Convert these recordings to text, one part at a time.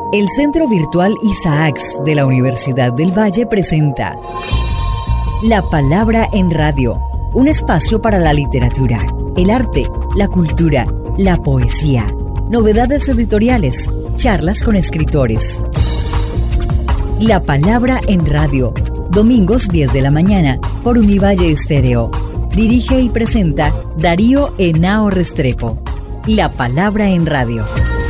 El Centro Virtual Isaacs de la Universidad del Valle presenta La Palabra en Radio, un espacio para la literatura, el arte, la cultura, la poesía, novedades editoriales, charlas con escritores. La Palabra en Radio, domingos 10 de la mañana por Univalle Estéreo. Dirige y presenta Darío Henao Restrepo. La Palabra en Radio.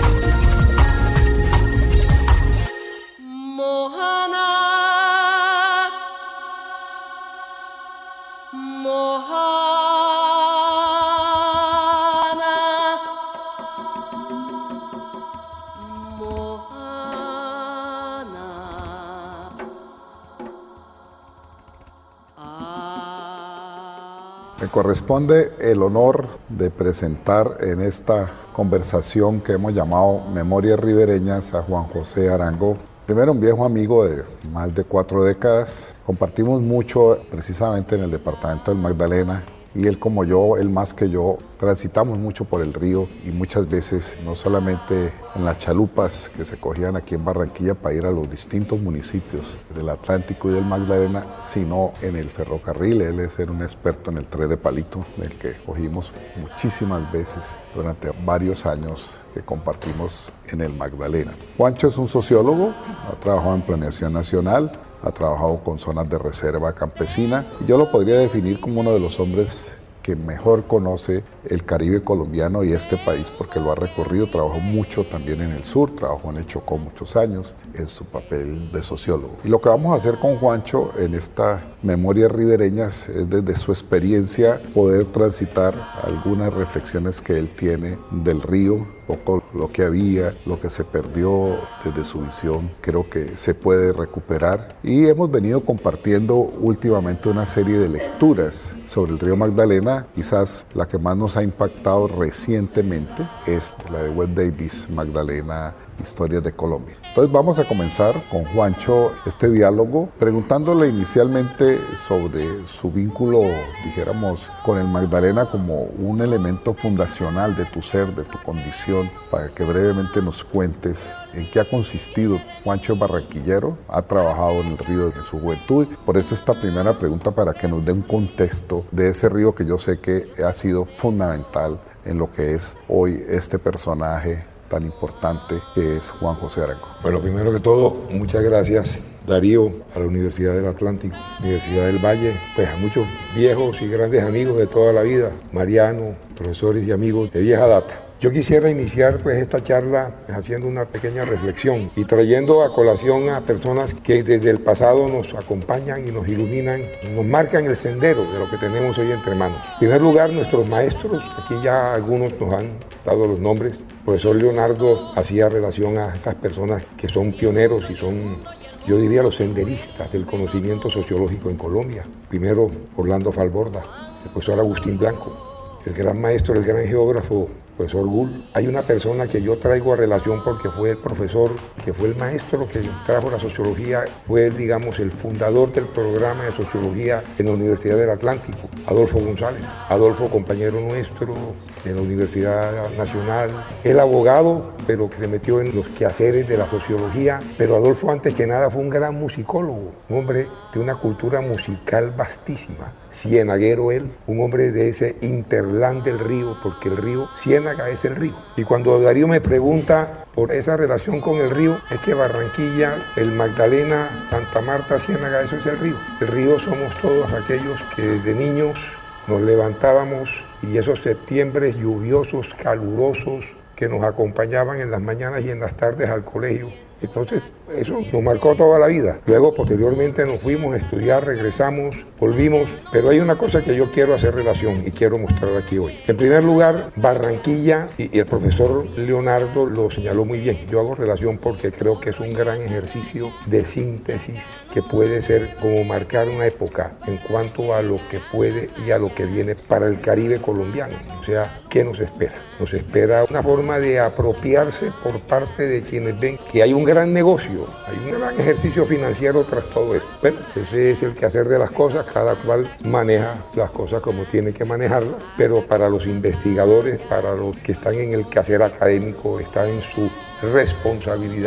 Me corresponde el honor de presentar en esta conversación que hemos llamado Memorias Ribereñas a Juan José Arango. Primero, un viejo amigo de más de 4 décadas. Compartimos mucho precisamente en el departamento del Magdalena. Y él como yo, él más que yo, transitamos mucho por el río y muchas veces no solamente en las chalupas que se cogían aquí en Barranquilla para ir a los distintos municipios del Atlántico y del Magdalena, sino en el ferrocarril. Él es un experto en el tren de palito, del que cogimos muchísimas veces durante varios años que compartimos en el Magdalena. Juancho es un sociólogo, ha trabajado en planeación nacional, ha trabajado con zonas de reserva campesina y yo lo podría definir como uno de los hombres que mejor conoce el Caribe colombiano y este país porque lo ha recorrido. Trabajó mucho también en el sur, trabajó en el Chocó muchos años en su papel de sociólogo. Y lo que vamos a hacer con Juancho en esta Memorias Ribereñas es desde su experiencia poder transitar algunas reflexiones que él tiene del río, poco lo que había, lo que se perdió desde su visión, creo que se puede recuperar. Y hemos venido compartiendo últimamente una serie de lecturas sobre el río Magdalena. Quizás la que más nos ha impactado recientemente es la de Webb Davis, Magdalena, Historias de Colombia. Entonces vamos a comenzar con Juancho este diálogo preguntándole inicialmente sobre su vínculo, dijéramos, con el Magdalena como un elemento fundacional de tu ser, de tu condición, para que brevemente nos cuentes en qué ha consistido. Juancho es barranquillero, ha trabajado en el río en su juventud, por eso esta primera pregunta para que nos dé un contexto de ese río que yo sé que ha sido fundamental en lo que es hoy este personaje tan importante que es Juan José Arango. Bueno, primero que todo, muchas gracias, Darío, a la Universidad del Atlántico, Universidad del Valle, pues a muchos viejos y grandes amigos de toda la vida, Mariano, profesores y amigos de vieja data. Yo quisiera iniciar pues esta charla haciendo una pequeña reflexión y trayendo a colación a personas que desde el pasado nos acompañan y nos iluminan, nos marcan el sendero de lo que tenemos hoy entre manos. En primer lugar, nuestros maestros, aquí ya algunos nos han dado los nombres. El profesor Leonardo hacía relación a estas personas que son pioneros y son, yo diría, los senderistas del conocimiento sociológico en Colombia. Primero, Orlando Falborda, el profesor Agustín Blanco, el gran maestro, el gran geógrafo, profesor Gull. Hay una persona que yo traigo a relación porque fue el profesor, que fue el maestro que trajo la sociología, fue, digamos, el fundador del programa de sociología en la Universidad del Atlántico, Adolfo González. Adolfo, compañero nuestro de la Universidad Nacional, el abogado, pero que se metió en los quehaceres de la sociología. Pero Adolfo, antes que nada, fue un gran musicólogo, un hombre de una cultura musical vastísima. Cienaguero él, un hombre de ese interland del río, porque el río Ciénaga es el río. Y cuando Darío me pregunta por esa relación con el río, es que Barranquilla, el Magdalena, Santa Marta, Ciénaga, eso es el río. El río somos todos aquellos que desde niños nos levantábamos y esos septiembres lluviosos, calurosos, que nos acompañaban en las mañanas y en las tardes al colegio. Entonces, eso nos marcó toda la vida. Luego, posteriormente, nos fuimos a estudiar, regresamos, volvimos. Pero hay una cosa que yo quiero hacer relación y quiero mostrar aquí hoy. En primer lugar, Barranquilla, y el profesor Leonardo lo señaló muy bien. Yo hago relación porque creo que es un gran ejercicio de síntesis que puede ser como marcar una época en cuanto a lo que puede y a lo que viene para el Caribe colombiano. O sea, ¿qué nos espera? Nos espera una forma de apropiarse por parte de quienes ven que hay un gran negocio, hay un gran ejercicio financiero tras todo esto. Bueno, ese es el quehacer de las cosas, cada cual maneja las cosas como tiene que manejarlas, pero para los investigadores, para los que están en el quehacer académico, está en su responsabilidad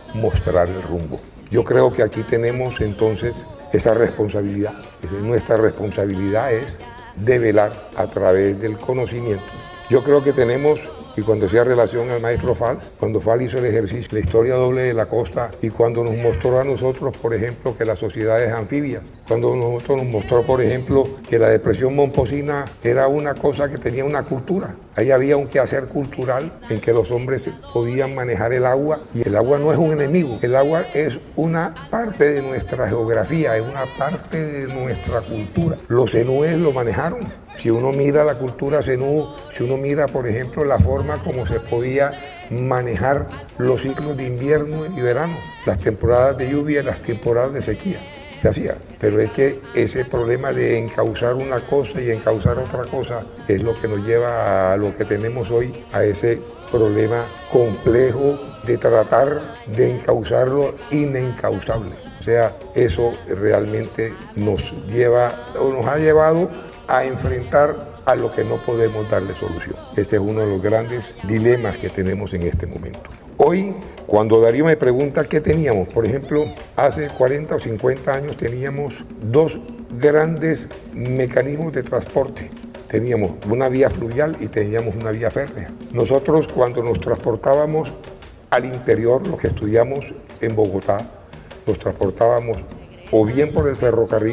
mostrar el rumbo. Yo creo que aquí tenemos entonces esa responsabilidad. Nuestra responsabilidad es develar a través del conocimiento. Yo creo que tenemos, y cuando hacía relación al maestro Valls, cuando Valls hizo el ejercicio, la historia doble de la costa, y cuando nos mostró a nosotros, por ejemplo, que las sociedades anfibias, cuando nosotros nos mostró, por ejemplo, que la depresión momposina era una cosa que tenía una cultura. Ahí había un quehacer cultural en que los hombres podían manejar el agua, y el agua no es un enemigo, el agua es una parte de nuestra geografía, es una parte de nuestra cultura. Los zenúes lo manejaron. Si uno mira la cultura zenú, si uno mira, por ejemplo, la forma como se podía manejar los ciclos de invierno y verano, las temporadas de lluvia y las temporadas de sequía, se hacía. Pero es que ese problema de encauzar una cosa y encauzar otra cosa es lo que nos lleva a lo que tenemos hoy, a ese problema complejo de tratar de encauzar lo inencauzable. O sea, eso realmente nos lleva o nos ha llevado a enfrentar a lo que no podemos darle solución. Este es uno de los grandes dilemas que tenemos en este momento. Hoy, cuando Darío me pregunta qué teníamos, por ejemplo, hace 40 o 50 años teníamos dos grandes mecanismos de transporte. Teníamos una vía fluvial y teníamos una vía férrea. Nosotros, cuando nos transportábamos al interior, los que estudiamos en Bogotá, nos transportábamos o bien por el ferrocarril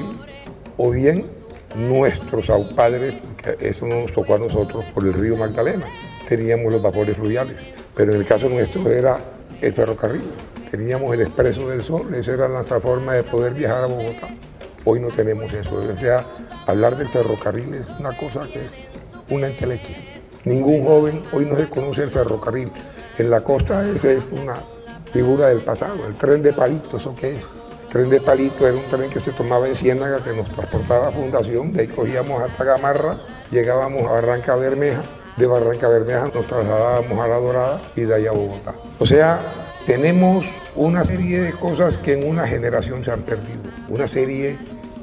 o bien nuestros padres, que eso no nos tocó a nosotros, por el río Magdalena. Teníamos los vapores fluviales, pero en el caso nuestro era el ferrocarril. Teníamos el Expreso del Sol, esa era nuestra forma de poder viajar a Bogotá. Hoy no tenemos eso, o sea, hablar del ferrocarril es una cosa que es una entelequia. Ningún joven hoy no se conoce el ferrocarril. En la costa esa es una figura del pasado, el tren de palito, ¿eso qué es? El tren de palito era un tren que se tomaba en Ciénaga, que nos transportaba a Fundación, de ahí cogíamos hasta Gamarra, llegábamos a Barranca Bermeja, de Barranca Bermeja nos trasladábamos a La Dorada y de ahí a Bogotá. O sea, tenemos una serie de cosas que en una generación se han perdido, una serie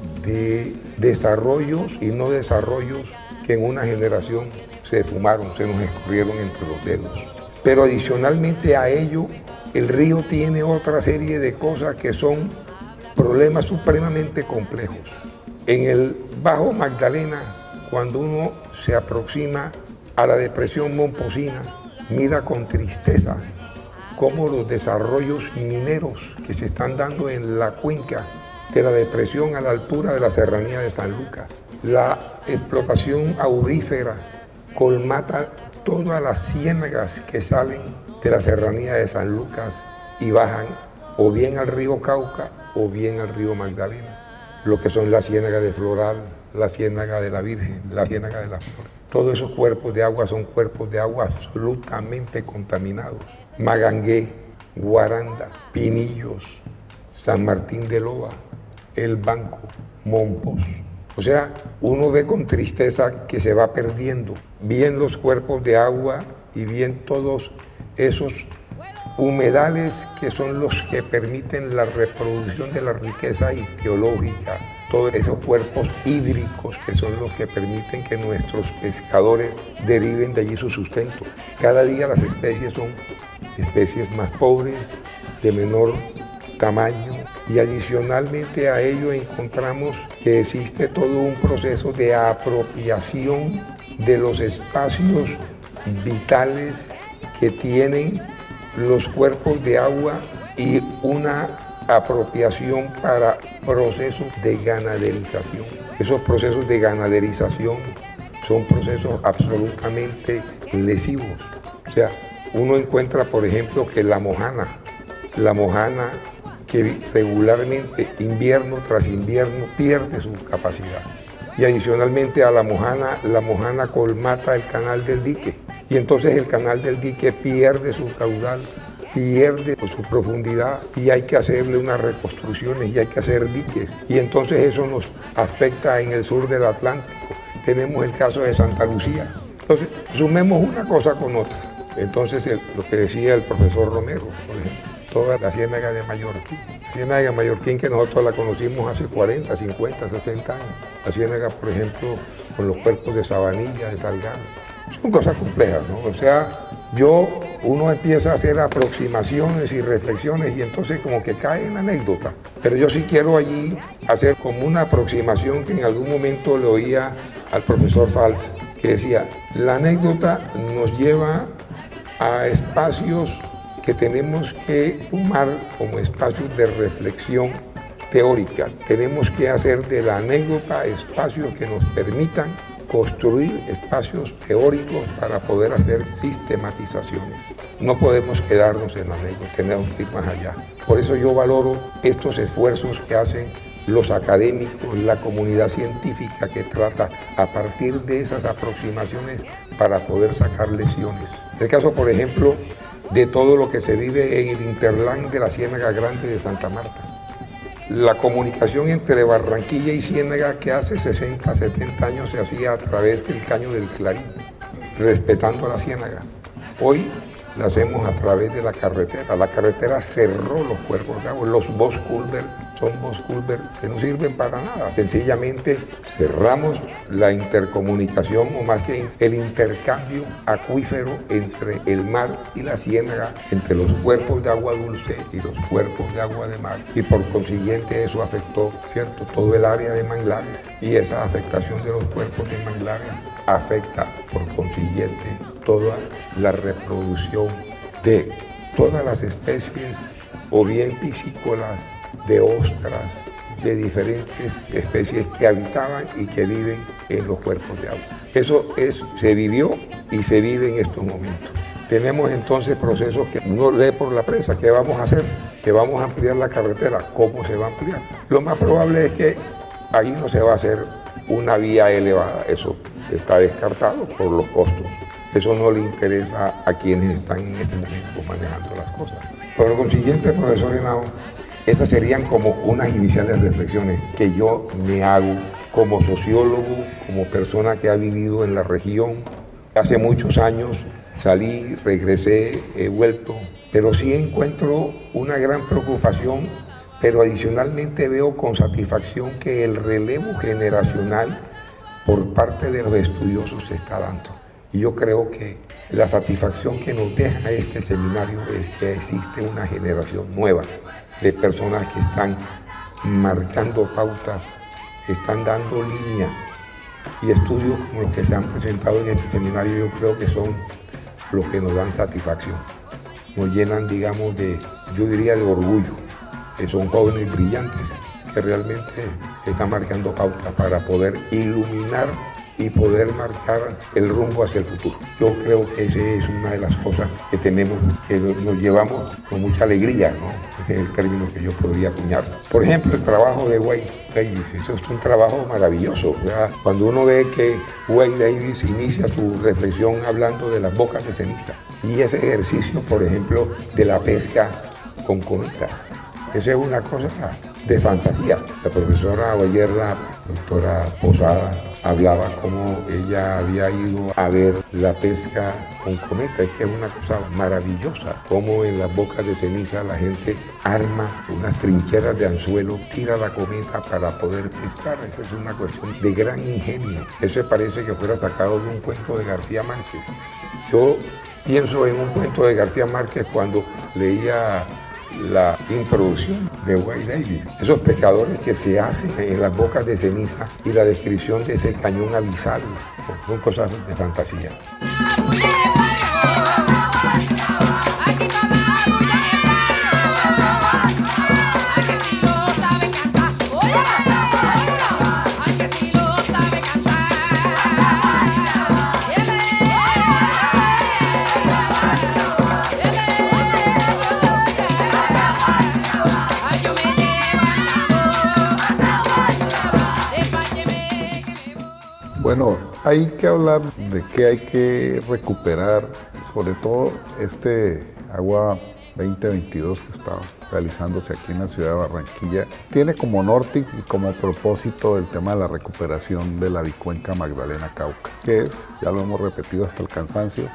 de desarrollos y no desarrollos que en una generación se fumaron, se nos escurrieron entre los dedos. Pero adicionalmente a ello, el río tiene otra serie de cosas que son problemas supremamente complejos. En el Bajo Magdalena, cuando uno se aproxima a la depresión momposina, mira con tristeza cómo los desarrollos mineros que se están dando en la cuenca de la depresión a la altura de la serranía de San Lucas, la explotación aurífera colmata todas las ciénagas que salen de la serranía de San Lucas y bajan o bien al río Cauca o bien al río Magdalena, lo que son la ciénaga de Floral, la ciénaga de la Virgen, la ciénaga de la Flor. Todos esos cuerpos de agua son cuerpos de agua absolutamente contaminados. Magangué, Guaranda, Pinillos, San Martín de Loba, El Banco, Mompos. O sea, uno ve con tristeza que se va perdiendo bien los cuerpos de agua y bien todos esos humedales que son los que permiten la reproducción de la riqueza ictiológica, todos esos cuerpos hídricos que son los que permiten que nuestros pescadores deriven de allí su sustento. Cada día las especies son especies más pobres, de menor tamaño, y adicionalmente a ello encontramos que existe todo un proceso de apropiación de los espacios vitales que tienen los cuerpos de agua y una apropiación para procesos de ganaderización. Esos procesos de ganaderización son procesos absolutamente lesivos. O sea, uno encuentra, por ejemplo, que la mojana que regularmente invierno tras invierno pierde su capacidad. Y adicionalmente a la mojana colmata el canal del dique. Y entonces el canal del dique pierde su caudal, pierde su profundidad y hay que hacerle unas reconstrucciones y hay que hacer diques. Y entonces eso nos afecta en el sur del Atlántico. Tenemos el caso de Santa Lucía. Entonces, sumemos una cosa con otra. Entonces, lo que decía el profesor Romero, por ejemplo, toda la ciénaga de Mallorquín. La ciénaga de Mallorquín que nosotros la conocimos hace 40, 50, 60 años. La ciénaga, por ejemplo, con los cuerpos de Sabanilla, de Salgado. Son cosas complejas, ¿no? O sea, Uno empieza a hacer aproximaciones y reflexiones y entonces como que cae en anécdota. Pero yo sí quiero allí hacer como una aproximación que en algún momento le oía al profesor Valls, que decía, la anécdota nos lleva a espacios que tenemos que tomar como espacios de reflexión teórica. Tenemos que hacer de la anécdota espacios que nos permitan construir espacios teóricos para poder hacer sistematizaciones. No podemos quedarnos en la anécdota, tenemos que ir más allá. Por eso yo valoro estos esfuerzos que hacen los académicos, la comunidad científica que trata a partir de esas aproximaciones para poder sacar lecciones. El caso, por ejemplo, de todo lo que se vive en el Interland de la Ciénaga Grande de Santa Marta. La comunicación entre Barranquilla y Ciénaga que hace 60, 70 años se hacía a través del caño del Clarín, respetando la Ciénaga. Hoy la hacemos a través de la carretera. La carretera cerró los cuerpos de agua, los Bosch Culver son Bosch Culver que no sirven para nada. Sencillamente cerramos la intercomunicación, o más que el intercambio acuífero entre el mar y la ciénaga, entre los cuerpos de agua dulce y los cuerpos de agua de mar. Y por consiguiente eso afectó, ¿cierto?, todo el área de manglares. Y esa afectación de los cuerpos de manglares afecta por consiguiente toda la reproducción de todas las especies, o bien piscícolas, de ostras, de diferentes especies que habitaban y que viven en los cuerpos de agua. Eso se vivió y se vive en estos momentos. Tenemos entonces procesos que uno lee por la prensa. ¿Qué vamos a hacer? Que vamos a ampliar la carretera. ¿Cómo se va a ampliar? Lo más probable es que ahí no se va a hacer una vía elevada. Eso está descartado por los costos. Eso no le interesa a quienes están en este momento manejando las cosas. Por consiguiente, profesor Henao, esas serían como unas iniciales reflexiones que yo me hago como sociólogo, como persona que ha vivido en la región. Hace muchos años salí, regresé, he vuelto, pero sí encuentro una gran preocupación, pero adicionalmente veo con satisfacción que el relevo generacional por parte de los estudiosos se está dando. Y yo creo que la satisfacción que nos deja este seminario es que existe una generación nueva de personas que están marcando pautas, están dando línea, y estudios como los que se han presentado en este seminario yo creo que son los que nos dan satisfacción, nos llenan, digamos, yo diría de orgullo, que son jóvenes brillantes que realmente están marcando pautas para poder iluminar y poder marcar el rumbo hacia el futuro. Yo creo que esa es una de las cosas que tenemos, que nos llevamos con mucha alegría, ¿no? Ese es el término que yo podría acuñar. Por ejemplo, el trabajo de Wade Davis, eso es un trabajo maravilloso, ¿verdad? Cuando uno ve que Wade Davis inicia su reflexión hablando de las bocas de ceniza, y ese ejercicio, por ejemplo, de la pesca con cometa, esa es una cosa de fantasía. La profesora ayer, la doctora Posada, hablaba cómo ella había ido a ver la pesca con cometa. Es que es una cosa maravillosa, cómo en las bocas de ceniza la gente arma unas trincheras de anzuelo, tira la cometa para poder pescar. Esa es una cuestión de gran ingenio. Eso parece que fuera sacado de un cuento de García Márquez. Yo pienso en un cuento de García Márquez cuando leía la introducción de Wade Davis, esos pescadores que se hacen en las bocas de ceniza y la descripción de ese cañón abisal, son cosas de fantasía. Bueno, hay que hablar de que hay que recuperar, sobre todo este agua 2022 que está realizándose aquí en la ciudad de Barranquilla, tiene como norte y como propósito el tema de la recuperación de la bicuenca Magdalena-Cauca, que es, ya lo hemos repetido hasta el cansancio,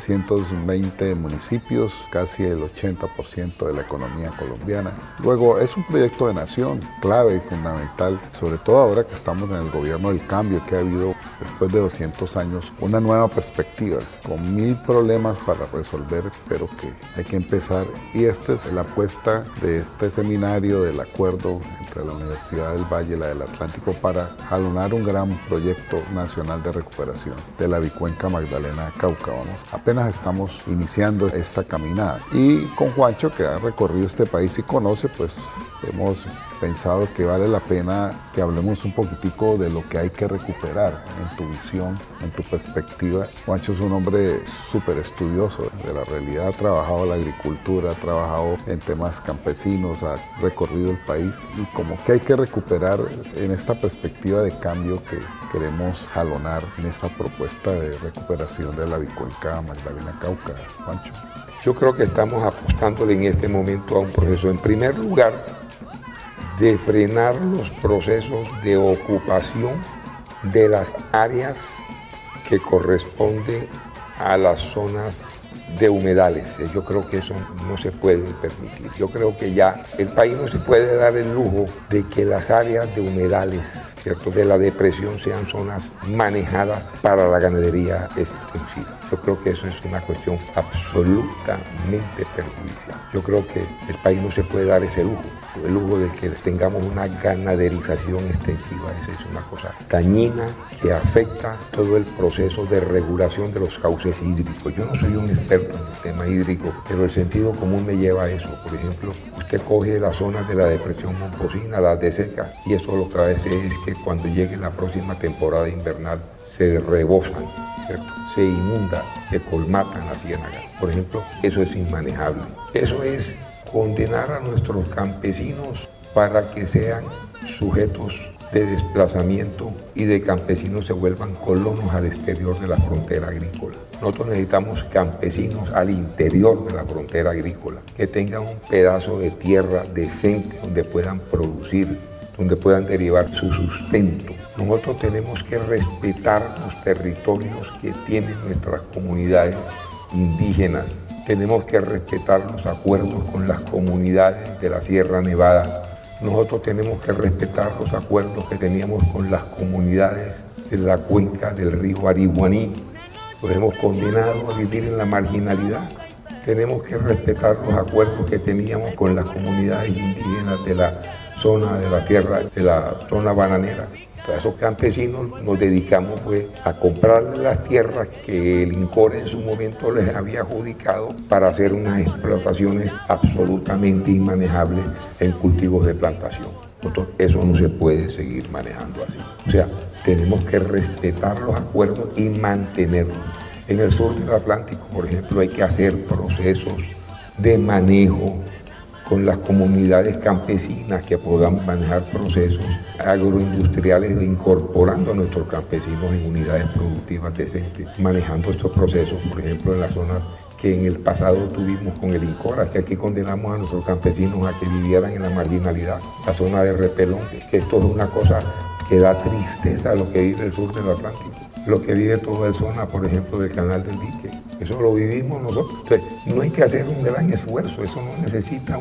720 municipios, casi el 80% de la economía colombiana. Luego, es un proyecto de nación clave y fundamental, sobre todo ahora que estamos en el gobierno del cambio, que ha habido después de 200 años una nueva perspectiva, con 1000 problemas para resolver, pero que hay que empezar. Y esta es la apuesta de este seminario del acuerdo entre la Universidad del Valle y la del Atlántico para jalonar un gran proyecto nacional de recuperación de la bicuenca Magdalena-Cauca. Apenas estamos iniciando esta caminada. Y con Juancho, que ha recorrido este país y conoce, pues hemos pensado que vale la pena que hablemos un poquitico de lo que hay que recuperar en tu visión, en tu perspectiva. Juancho es un hombre súper estudioso de la realidad, ha trabajado en la agricultura, ha trabajado en temas campesinos, ha recorrido el país y como que hay que recuperar en esta perspectiva de cambio que queremos jalonar en esta propuesta de recuperación de la bicuenca Magdalena-Cauca. Juancho. Yo creo que estamos apostándole en este momento a un proceso, en primer lugar, de frenar los procesos de ocupación de las áreas que corresponden a las zonas de humedales. Yo creo que eso no se puede permitir. Yo creo que ya el país no se puede dar el lujo de que las áreas de humedales, ¿cierto?, de la depresión sean zonas manejadas para la ganadería extensiva. Yo creo que eso es una cuestión absolutamente perjudicial. Yo creo que el país no se puede dar ese lujo, el lujo de que tengamos una ganaderización extensiva. Esa es una cosa dañina que afecta todo el proceso de regulación de los cauces hídricos. Yo no soy un experto en el tema hídrico, pero el sentido común me lleva a eso. Por ejemplo, usted coge las zonas de la depresión momposina, las de seca, y eso lo que hace es que cuando llegue la próxima temporada invernal se rebosan, ¿cierto?, se inunda, se colmatan las ciénagas. Por ejemplo, eso es inmanejable. Eso es condenar a nuestros campesinos para que sean sujetos de desplazamiento y de campesinos se vuelvan colonos al exterior de la frontera agrícola. Nosotros necesitamos campesinos al interior de la frontera agrícola, que tengan un pedazo de tierra decente donde puedan producir, donde puedan derivar su sustento. Nosotros tenemos que respetar los territorios que tienen nuestras comunidades indígenas. Tenemos que respetar los acuerdos con las comunidades de la Sierra Nevada. Nosotros tenemos que respetar los acuerdos que teníamos con las comunidades de la cuenca del río Ariguaní. Los hemos condenado a vivir en la marginalidad. Tenemos que respetar los acuerdos que teníamos con las comunidades indígenas de la zona de la tierra, de la zona bananera. A esos campesinos nos dedicamos a comprarles las tierras que el INCOR en su momento les había adjudicado para hacer unas explotaciones absolutamente inmanejables en cultivos de plantación. Entonces, eso no se puede seguir manejando así. O sea, tenemos que respetar los acuerdos y mantenerlos. En el sur del Atlántico, por ejemplo, hay que hacer procesos de manejo con las comunidades campesinas que puedan manejar procesos agroindustriales incorporando a nuestros campesinos en unidades productivas decentes, manejando estos procesos, por ejemplo, en las zonas que en el pasado tuvimos con el INCOR, que aquí condenamos a nuestros campesinos a que vivieran en la marginalidad, la zona de Repelón, que esto es una cosa que da tristeza a lo que vive el sur del Atlántico, lo que vive toda la zona, por ejemplo, del Canal del Dique. Eso lo vivimos nosotros. Entonces, no hay que hacer un gran esfuerzo, eso no necesita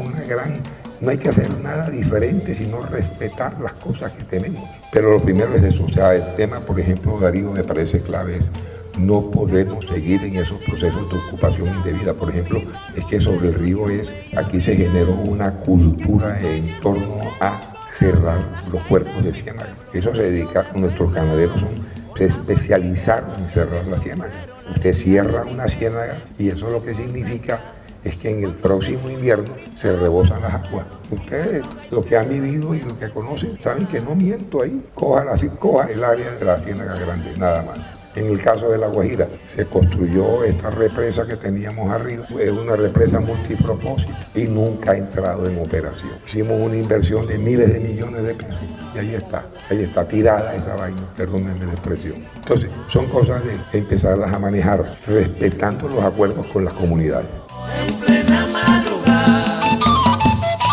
no hay que hacer nada diferente, sino respetar las cosas que tenemos. Pero lo primero es eso, o sea, el tema, por ejemplo, Darío, me parece clave, es no podemos seguir en esos procesos de ocupación indebida. Por ejemplo, es que sobre el río aquí se generó una cultura en torno a cerrar los cuerpos de ciénaga. Eso se dedica, nuestros ganaderos se especializaron en cerrar la ciénaga. Usted cierra una ciénaga y eso lo que significa es que en el próximo invierno se rebosan las aguas. Ustedes, los que han vivido y los que conocen, saben que no miento ahí. Coja el área de la ciénaga grande, nada más. En el caso de La Guajira, se construyó esta represa que teníamos arriba, es una represa multipropósito y nunca ha entrado en operación. Hicimos una inversión de miles de millones de pesos y ahí está tirada esa vaina, perdónenme la expresión. Entonces, son cosas de empezarlas a manejar, respetando los acuerdos con las comunidades.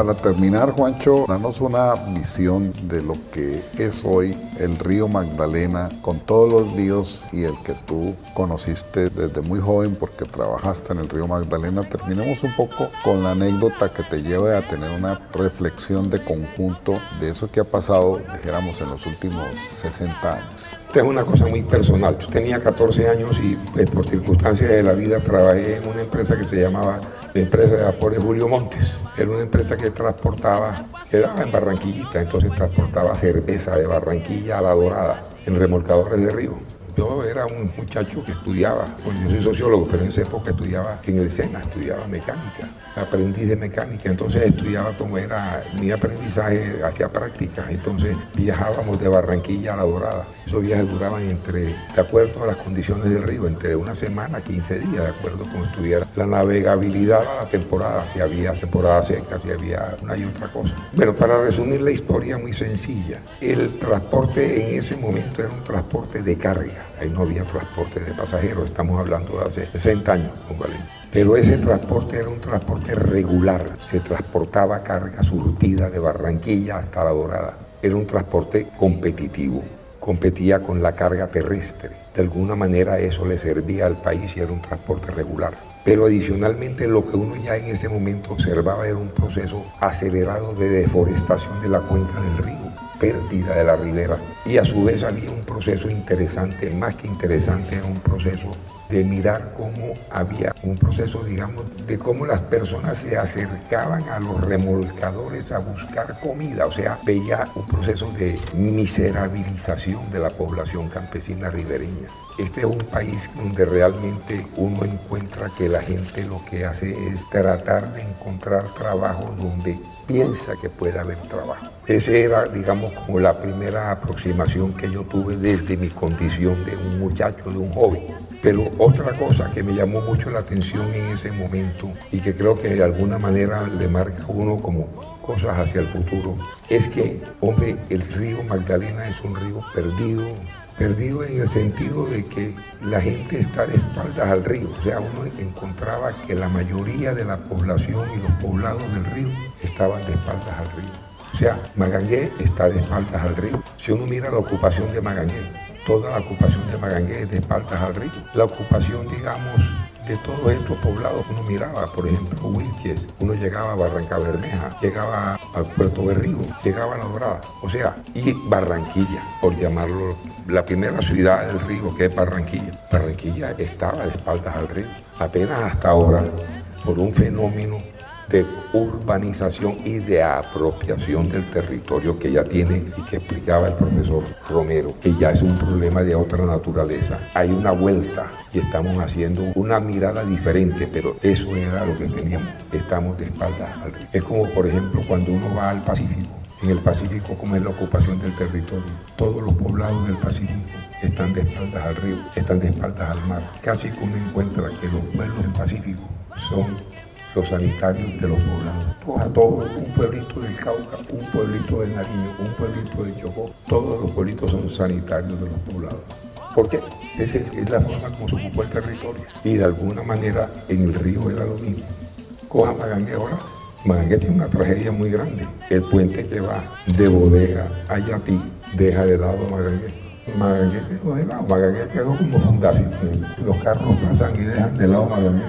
para terminar, Juancho, danos una visión de lo que es hoy el río Magdalena, con todos los líos y el que tú conociste desde muy joven porque trabajaste en el río Magdalena. Terminemos un poco con la anécdota que te lleve a tener una reflexión de conjunto de eso que ha pasado, dijéramos, en los últimos 60 años. Esta es una cosa muy personal. Yo tenía 14 años y por circunstancias de la vida trabajé en una empresa que se llamaba la empresa de vapores Julio Montes. Era una empresa que transportaba, quedaba en Barranquillita, entonces transportaba cerveza de Barranquilla a La Dorada en remolcadores de río. Yo era un muchacho que estudiaba, bueno, yo soy sociólogo, pero en esa época estudiaba en el SENA, estudiaba mecánica, aprendiz de mecánica, entonces estudiaba como era mi aprendizaje, hacía prácticas, entonces viajábamos de Barranquilla a La Dorada. Esos viajes duraban de acuerdo a las condiciones del río, entre una semana, 15 días, de acuerdo con estudiar la navegabilidad a la temporada, si había temporada seca, si había una y otra cosa. Bueno, para resumir la historia muy sencilla, el transporte en ese momento era un transporte de carga. Ahí no había transporte de pasajeros, estamos hablando de hace 60 años, póngale. Pero ese transporte era un transporte regular, se transportaba carga surtida de Barranquilla hasta La Dorada. Era un transporte competitivo, competía con la carga terrestre. De alguna manera eso le servía al país y era un transporte regular. Pero adicionalmente lo que uno ya en ese momento observaba era un proceso acelerado de deforestación de la cuenca del río, pérdida de la ribera. Y a su vez había un proceso interesante, más que interesante, era un proceso de mirar cómo había un proceso, digamos, de cómo las personas se acercaban a los remolcadores a buscar comida. O sea, veía un proceso de miserabilización de la población campesina ribereña. Este es un país donde realmente uno encuentra que la gente lo que hace es tratar de encontrar trabajo donde piensa que puede haber trabajo. Esa era, digamos, como la primera aproximación que yo tuve desde mi condición de un muchacho, de un joven. Pero otra cosa que me llamó mucho la atención en ese momento y que creo que de alguna manera le marca a uno como cosas hacia el futuro, es que, hombre, el río Magdalena es un río perdido en el sentido de que la gente está de espaldas al río. O sea, uno encontraba que la mayoría de la población y los poblados del río estaban de espaldas al río. O sea, Magangué está de espaldas al río. Si uno mira la ocupación de Magangué, toda la ocupación de Magangué es de espaldas al río. La ocupación, digamos, de todos estos poblados uno miraba, por ejemplo, Wilches, uno llegaba a Barranca Bermeja, llegaba a Puerto Berrío, llegaba a La Dorada, o sea, y Barranquilla, por llamarlo, la primera ciudad del río que es Barranquilla. Barranquilla estaba de espaldas al río. Apenas hasta ahora, por un fenómeno de urbanización y de apropiación del territorio que ya tiene y que explicaba el profesor Romero, que ya es un problema de otra naturaleza. Hay una vuelta y estamos haciendo una mirada diferente, pero eso era lo que teníamos. Estamos de espaldas al río. Es como, por ejemplo, cuando uno va al Pacífico. En el Pacífico, como es la ocupación del territorio, todos los poblados del Pacífico están de espaldas al río, están de espaldas al mar. Casi que uno encuentra que los pueblos del Pacífico son los sanitarios de los poblados. Todos, un pueblito del Cauca, un pueblito de Nariño, un pueblito de Chocó, todos los pueblitos son sanitarios de los poblados. ¿Por qué? Esa es la forma como se ocupó el territorio. Y de alguna manera en el río era lo mismo. Coja Magangué ahora. Magangué tiene una tragedia muy grande. El puente que va de Bodega a Yatí deja de lado a Magangué. Magangué quedó de lado. Magangué quedó como fundación. Los carros pasan y dejan de lado a Magangué.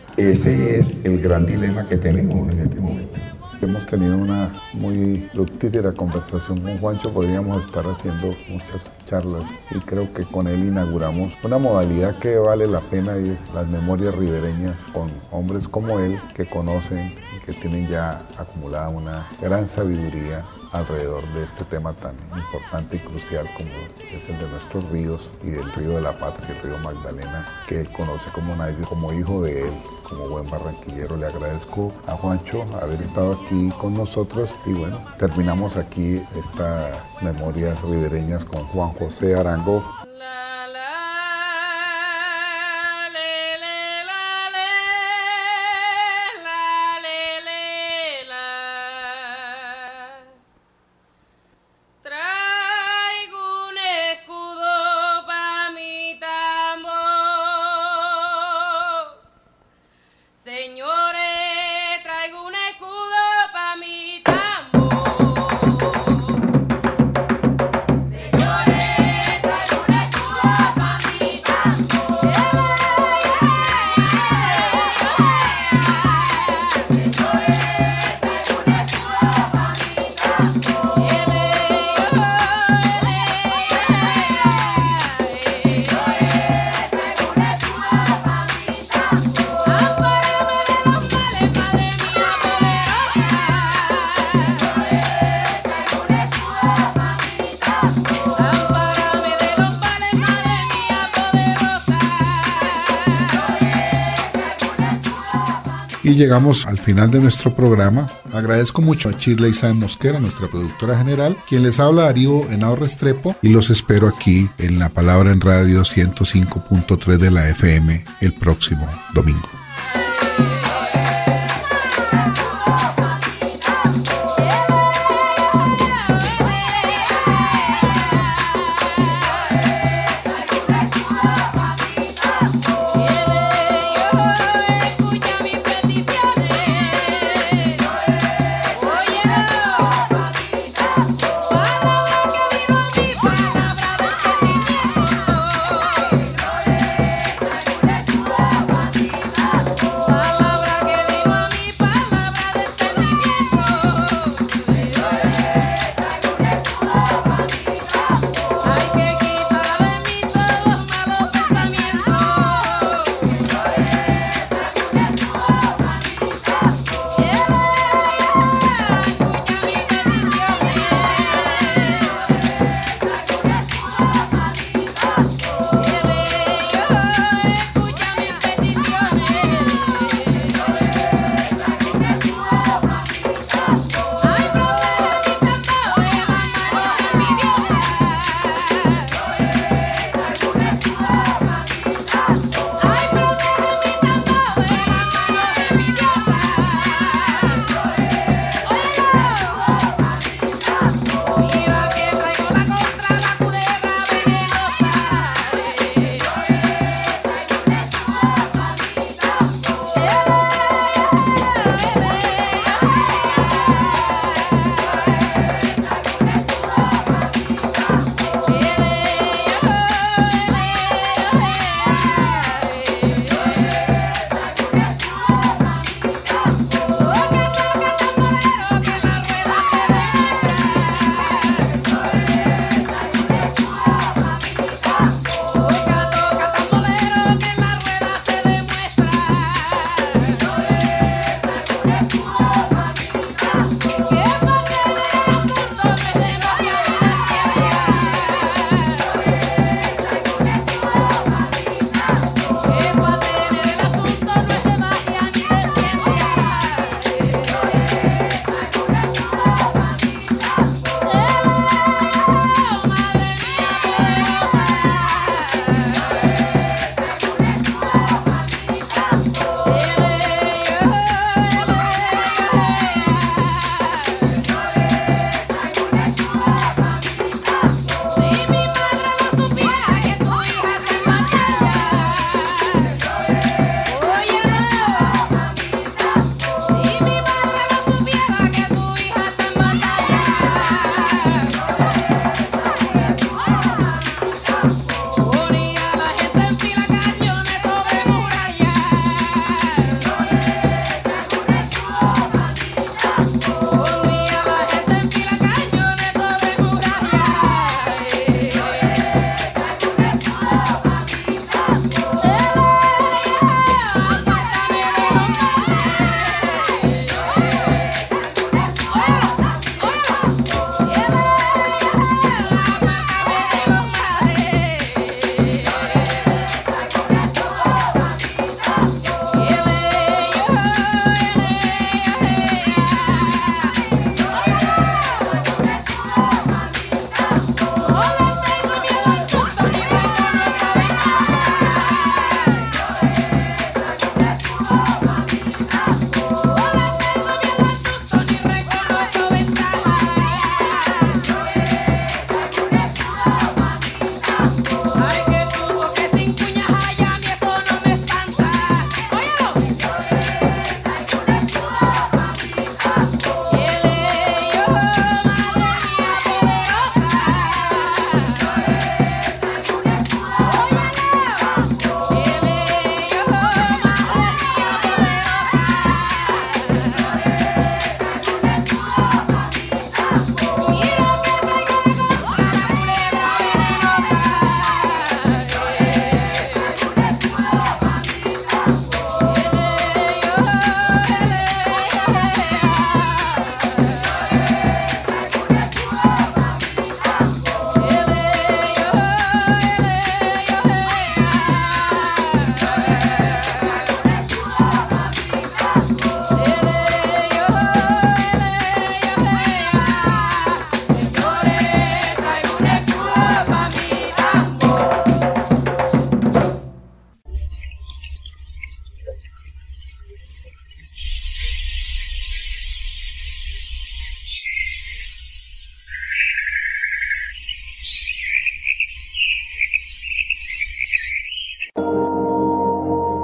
Ese es el gran dilema que tenemos en este momento. Hemos tenido una muy fructífera conversación con Juancho, podríamos estar haciendo muchas charlas y creo que con él inauguramos una modalidad que vale la pena y es las memorias ribereñas con hombres como él que conocen y que tienen ya acumulada una gran sabiduría alrededor de este tema tan importante y crucial como es el de nuestros ríos y del río de la patria, el río Magdalena, que él conoce como nadie, como hijo de él, como buen barranquillero. Le agradezco a Juancho haber estado aquí con nosotros y bueno, terminamos aquí estas memorias ribereñas con Juan José Arango. Señores, traigo un escudo pa' mí. Y llegamos al final de nuestro programa. Agradezco mucho a Shirley Sáenz Mosquera, nuestra productora general, quien les habla, Darío Henao Restrepo, y los espero aquí en La Palabra en Radio 105.3 de la FM el próximo domingo.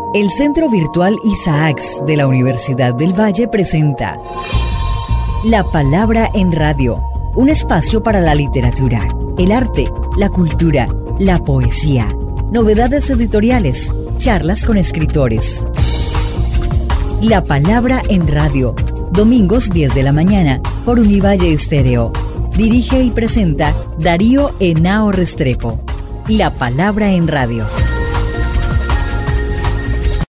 El Centro Virtual Isaacs de la Universidad del Valle presenta La Palabra en Radio, un espacio para la literatura, el arte, la cultura, la poesía, novedades editoriales, charlas con escritores. La Palabra en Radio, domingos 10 de la mañana por Univalle Estéreo. Dirige y presenta Darío Henao Restrepo. La Palabra en Radio.